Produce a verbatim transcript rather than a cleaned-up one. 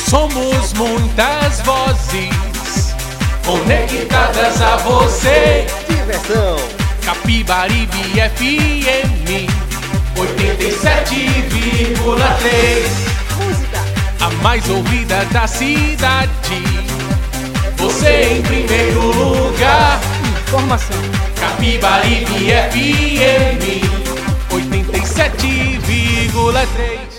Somos muitas vozes conectadas a você. Diversão. Capibaribe F M oitenta e sete vírgula três. Música. A mais ouvida da cidade. Você em primeiro lugar. Informação. Capibaribe F M oitenta e sete vírgula três.